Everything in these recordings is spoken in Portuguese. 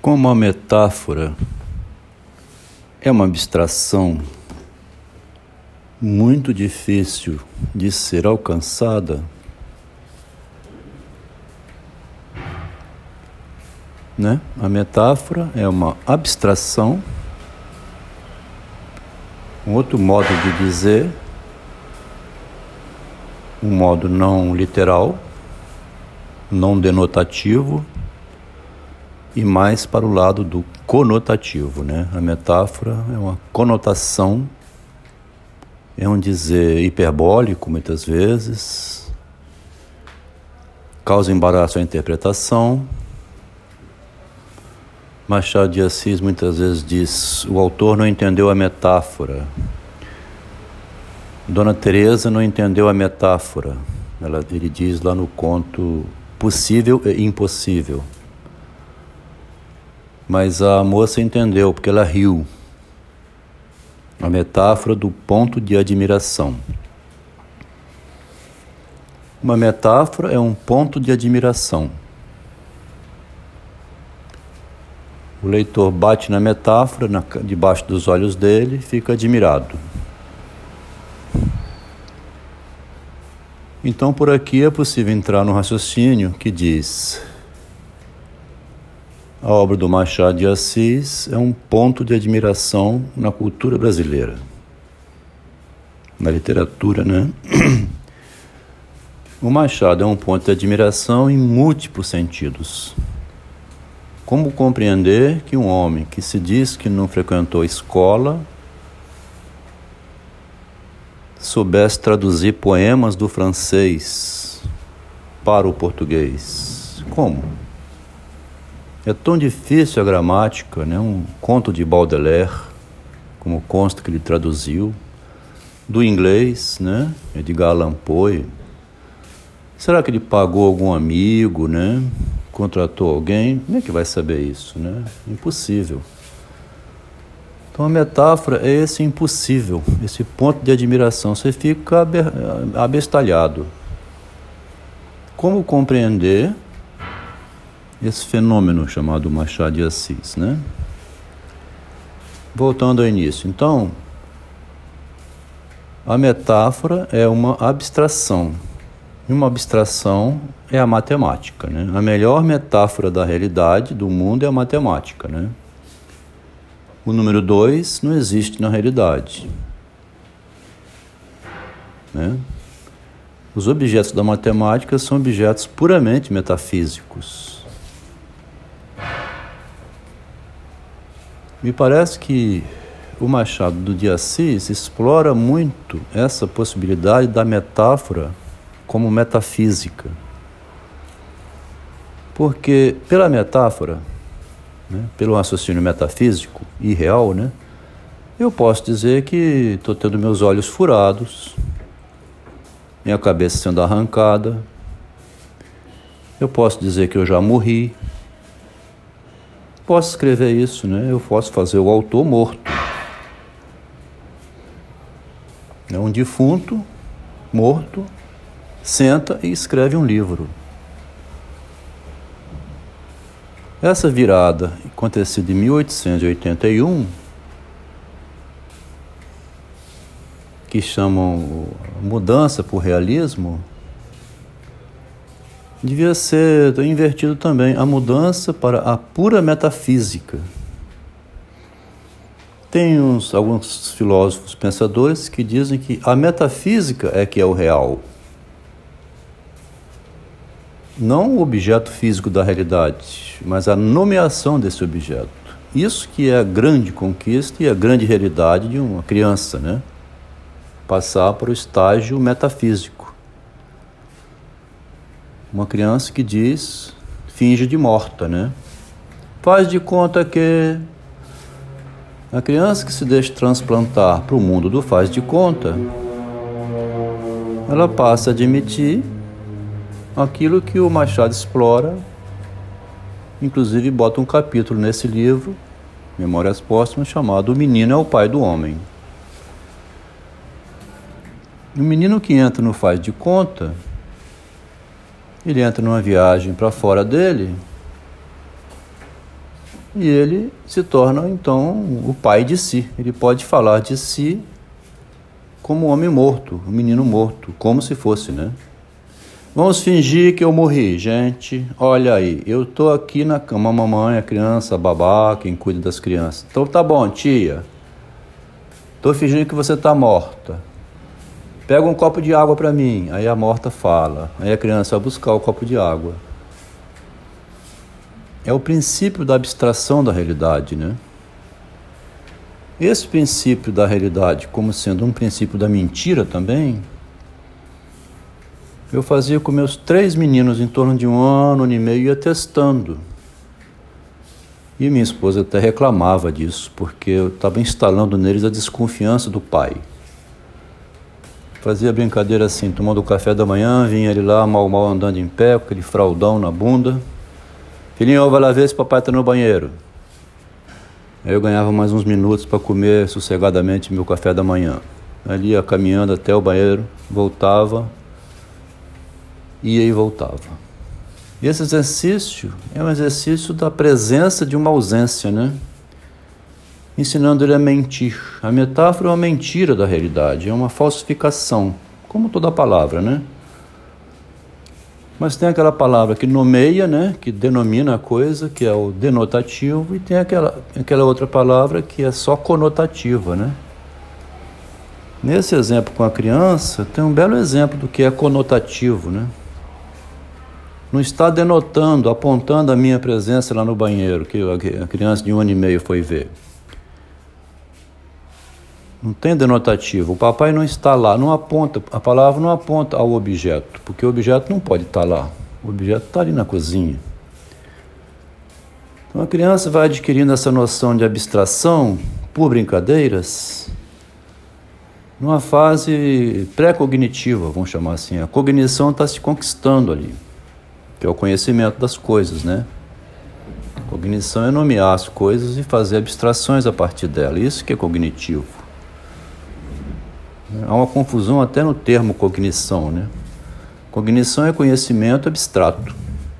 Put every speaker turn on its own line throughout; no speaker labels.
Como a metáfora é uma abstração muito difícil de ser alcançada, né? A metáfora é uma abstração, um outro modo de dizer, um modo não literal, não denotativo e mais para o lado do conotativo, né? A metáfora é uma conotação, é um dizer hiperbólico muitas vezes, causa embaraço à interpretação. Machado de Assis muitas vezes diz: o autor não entendeu a metáfora. Dona Teresa não entendeu a metáfora. Ele diz lá no conto Possível e Impossível. Mas a moça entendeu, porque ela riu. A metáfora do ponto de admiração. Uma metáfora é um ponto de admiração. O leitor bate na metáfora, debaixo dos olhos dele, e fica admirado. Então, por aqui é possível entrar no raciocínio que diz: a obra do Machado de Assis é um ponto de admiração na cultura brasileira, na literatura, né? O Machado é um ponto de admiração em múltiplos sentidos. Como compreender que um homem que se diz que não frequentou escola soubesse traduzir poemas do francês para o português? Como? É tão difícil a gramática, né? Um conto de Baudelaire, como consta que ele traduziu, do inglês, né? Edgar Allan Poe. Será que ele pagou algum amigo, né? Contratou alguém? Como é que vai saber isso, né? Impossível. Então a metáfora é esse impossível, esse ponto de admiração. Você fica abestalhado. Como compreender esse fenômeno chamado Machado de Assis, né? Voltando ao início. Então, a metáfora é uma abstração. E uma abstração é a matemática, né? A melhor metáfora da realidade do mundo é a matemática, né? O número 2 não existe na realidade, né? Os objetos da matemática são objetos puramente metafísicos. Me parece que o Machado de Assis explora muito essa possibilidade da metáfora como metafísica. Porque pela metáfora, né, pelo raciocínio metafísico e real, né, eu posso dizer que estou tendo meus olhos furados, minha cabeça sendo arrancada. Eu posso dizer que eu já morri. Posso escrever isso, né? Eu posso fazer o autor morto. É um defunto, morto, senta e escreve um livro. Essa virada, acontecida em 1881, que chamam mudança por realismo, devia ser invertido também, a mudança para a pura metafísica. Tem alguns filósofos pensadores que dizem que a metafísica é que é o real, não o objeto físico da realidade, mas a nomeação desse objeto. Isso que é a grande conquista e a grande realidade de uma criança, né? Passar para o estágio metafísico. Uma criança que diz, finge de morta, né? Faz de conta que... A criança que se deixa transplantar para o mundo do faz de conta, ela passa a admitir aquilo que o Machado explora, inclusive bota um capítulo nesse livro, Memórias Póstumas, chamado O Menino é o Pai do Homem. O menino que entra no faz de conta, ele entra numa viagem para fora dele, e ele se torna, então, o pai de si. Ele pode falar de si como um homem morto, um menino morto, como se fosse, né? Vamos fingir que eu morri, gente. Olha aí, eu tô aqui na cama, a mamãe, a criança, a babá, quem cuida das crianças. Então tá bom, tia. Tô fingindo que você tá morta. Pega um copo de água para mim. Aí a morta fala. Aí a criança vai buscar o copo de água. É o princípio da abstração da realidade, né? Esse princípio da realidade, como sendo um princípio da mentira também, eu fazia com meus 3 meninos em torno de 1 ano, 1 ano e meio, ia testando. E minha esposa até reclamava disso, porque eu estava instalando neles a desconfiança do pai. Fazia brincadeira assim, tomando o café da manhã, vinha ele lá, mal andando em pé, com aquele fraldão na bunda. Filhinho, vai lá ver se papai está no banheiro. Aí eu ganhava mais uns minutos para comer sossegadamente meu café da manhã. Ali ia caminhando até o banheiro, voltava, ia e voltava. E esse exercício é um exercício da presença de uma ausência, né? Ensinando ele a mentir. A metáfora é uma mentira da realidade, é uma falsificação, como toda palavra, né? Mas tem aquela palavra que nomeia, né? Que denomina a coisa, que é o denotativo, e tem aquela outra palavra que é só conotativa, né? Nesse exemplo com a criança, tem um belo exemplo do que é conotativo, né? Não está denotando, apontando a minha presença lá no banheiro, que a criança de 1 ano e meio foi ver. Não tem denotativo. O papai não está lá, não aponta, a palavra não aponta ao objeto, porque o objeto não pode estar lá. O objeto está ali na cozinha. Então a criança vai adquirindo essa noção de abstração por brincadeiras numa fase pré-cognitiva, vamos chamar assim. A cognição está se conquistando ali, que é o conhecimento das coisas, né? Cognição é nomear as coisas e fazer abstrações a partir dela. Isso que é cognitivo. Há uma confusão até no termo cognição, né? Cognição é conhecimento abstrato.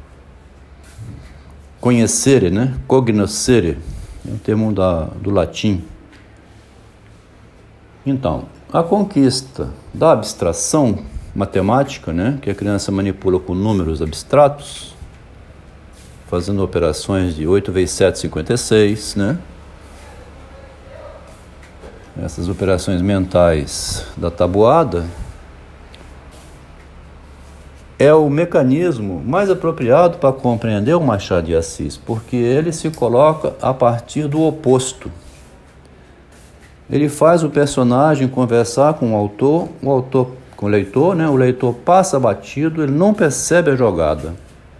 Conhecere, né? Cognoscere, é um termo do latim. Então, a conquista da abstração matemática, né? Que a criança manipula com números abstratos, fazendo operações de 8 vezes 7, 56, né? Essas operações mentais da tabuada, é o mecanismo mais apropriado para compreender o Machado de Assis, porque ele se coloca a partir do oposto. Ele faz o personagem conversar com o autor com o leitor, né? O leitor passa batido, ele não percebe a jogada.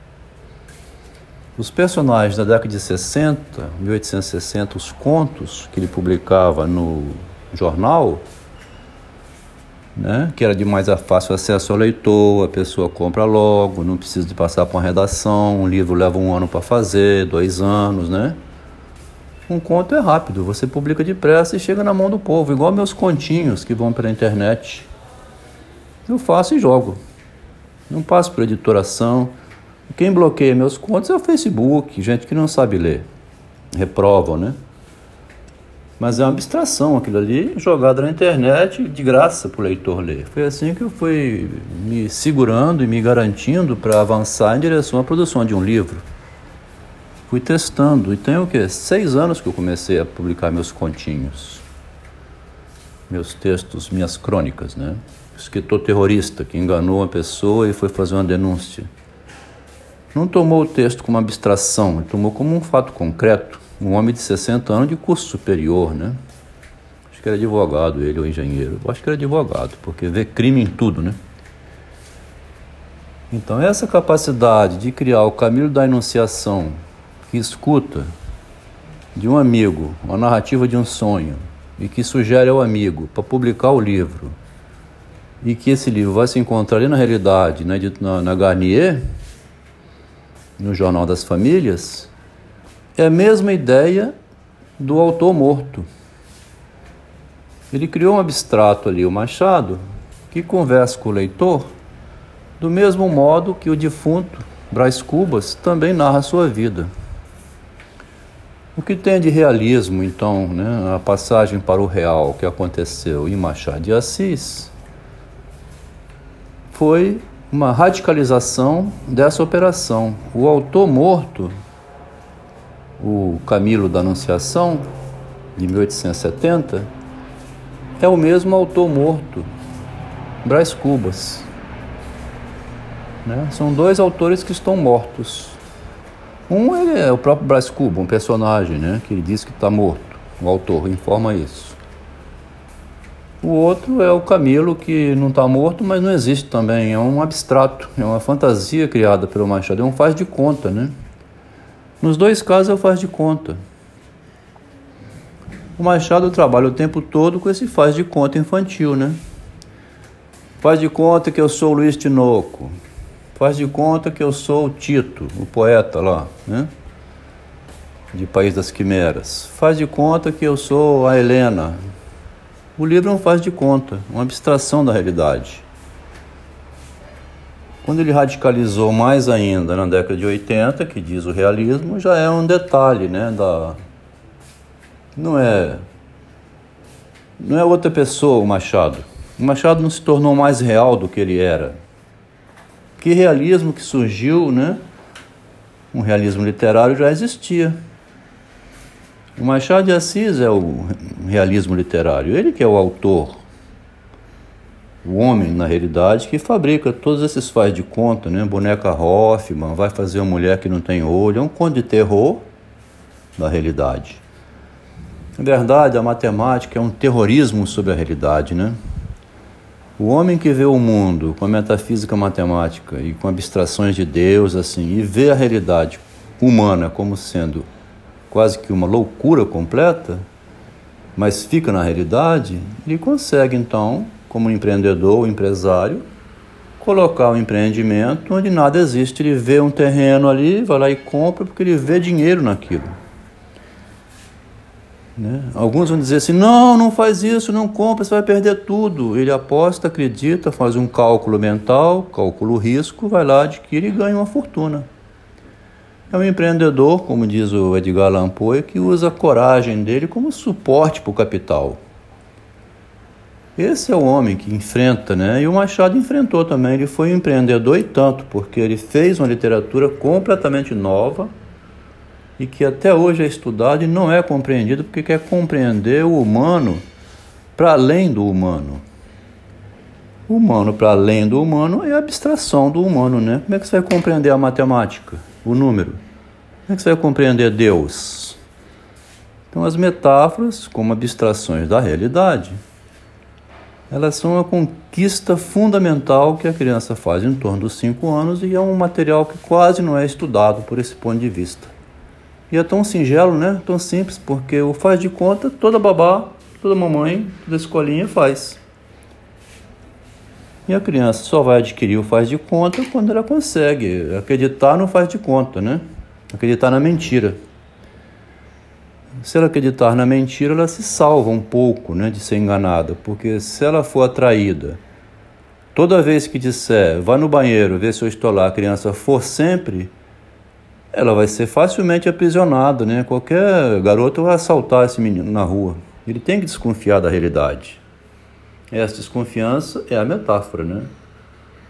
Os personagens da década de 60, 1860, os contos que ele publicava no jornal, né, que era de mais fácil acesso ao leitor, a pessoa compra logo, não precisa de passar por uma redação, um livro leva 1 ano para fazer, 2 anos, né? Um conto é rápido, você publica depressa e chega na mão do povo, igual meus continhos que vão pela internet. Eu faço e jogo, não passo por editoração. Quem bloqueia meus contos é o Facebook, gente que não sabe ler, reprovam, né? Mas é uma abstração aquilo ali, jogado na internet de graça para o leitor ler. Foi assim que eu fui me segurando e me garantindo para avançar em direção à produção de um livro. Fui testando, e tem o quê? 6 anos que eu comecei a publicar meus continhos, meus textos, minhas crônicas, né? Escritor terrorista que enganou uma pessoa e foi fazer uma denúncia. Não tomou o texto como abstração, ele tomou como um fato concreto. Um homem de 60 anos de curso superior, né? Acho que era advogado ele, ou engenheiro. Eu acho que era advogado, porque vê crime em tudo, né? Então essa capacidade de criar o caminho da enunciação, que escuta de um amigo, uma narrativa de um sonho, e que sugere ao amigo para publicar o livro, e que esse livro vai se encontrar ali na realidade, na Garnier, no Jornal das Famílias, é a mesma ideia do autor morto. Ele criou um abstrato ali, o Machado, que conversa com o leitor do mesmo modo que o defunto Brás Cubas também narra a sua vida. O que tem de realismo, então, né, a passagem para o real que aconteceu em Machado de Assis foi uma radicalização dessa operação. O autor morto, o Camilo da Anunciação, de 1870, é o mesmo autor morto, Brás Cubas. Né? São dois autores que estão mortos. Um é o próprio Brás Cubas, um personagem, né, que diz que está morto. O autor informa isso. O outro é o Camilo, que não está morto, mas não existe também. É um abstrato, é uma fantasia criada pelo Machado. É um faz de conta, né? Nos dois casos é o faz de conta. O Machado trabalha o tempo todo com esse faz de conta infantil, né? Faz de conta que eu sou o Luiz Tinoco. Faz de conta que eu sou o Tito, o poeta lá, né? De País das Quimeras. Faz de conta que eu sou a Helena. O livro é um faz de conta, uma abstração da realidade. Quando ele radicalizou mais ainda na década de 80, que diz o realismo, já é um detalhe, né? Não é outra pessoa o Machado. O Machado não se tornou mais real do que ele era. Que realismo que surgiu, né? Um realismo literário já existia. O Machado de Assis é o realismo literário. Ele que é o autor, o homem, na realidade, que fabrica todos esses faz de conta, né? Boneca Hoffman, vai fazer uma mulher que não tem olho. É um conto de terror da realidade. Na verdade, a matemática é um terrorismo sobre a realidade, né? O homem que vê o mundo com a metafísica matemática e com abstrações de Deus, assim, e vê a realidade humana como sendo quase que uma loucura completa, mas fica na realidade, ele consegue, então, como empreendedor ou empresário, colocar um empreendimento onde nada existe. Ele vê um terreno ali, vai lá e compra porque ele vê dinheiro naquilo. Né? Alguns vão dizer assim, não faz isso, não compra, você vai perder tudo. Ele aposta, acredita, faz um cálculo mental, cálculo risco, vai lá, adquire e ganha uma fortuna. É um empreendedor, como diz o Edgar Allan Poe, que usa a coragem dele como suporte para o capital. Esse é o homem que enfrenta, né? E o Machado enfrentou também. Ele foi um empreendedor e tanto, porque ele fez uma literatura completamente nova, e que até hoje é estudado e não é compreendido, porque quer compreender o humano para além do humano. O humano para além do humano é a abstração do humano, né? Como é que você vai compreender a matemática, o número? Como é que você vai compreender Deus? Então as metáforas, como abstrações da realidade, elas são uma conquista fundamental que a criança faz em torno dos 5 anos e é um material que quase não é estudado por esse ponto de vista. E é tão singelo, né? Tão simples, porque o faz de conta, toda babá, toda mamãe, toda escolinha faz. E a criança só vai adquirir o faz de conta quando ela consegue acreditar no faz de conta, né? Acreditar na mentira. Se ela acreditar na mentira, ela se salva um pouco, né, de ser enganada, porque se ela for atraída, toda vez que disser, vai no banheiro, vê se eu estou lá, a criança for sempre, ela vai ser facilmente aprisionada, né? Qualquer garoto vai assaltar esse menino na rua. Ele tem que desconfiar da realidade. Essa desconfiança é a metáfora, né?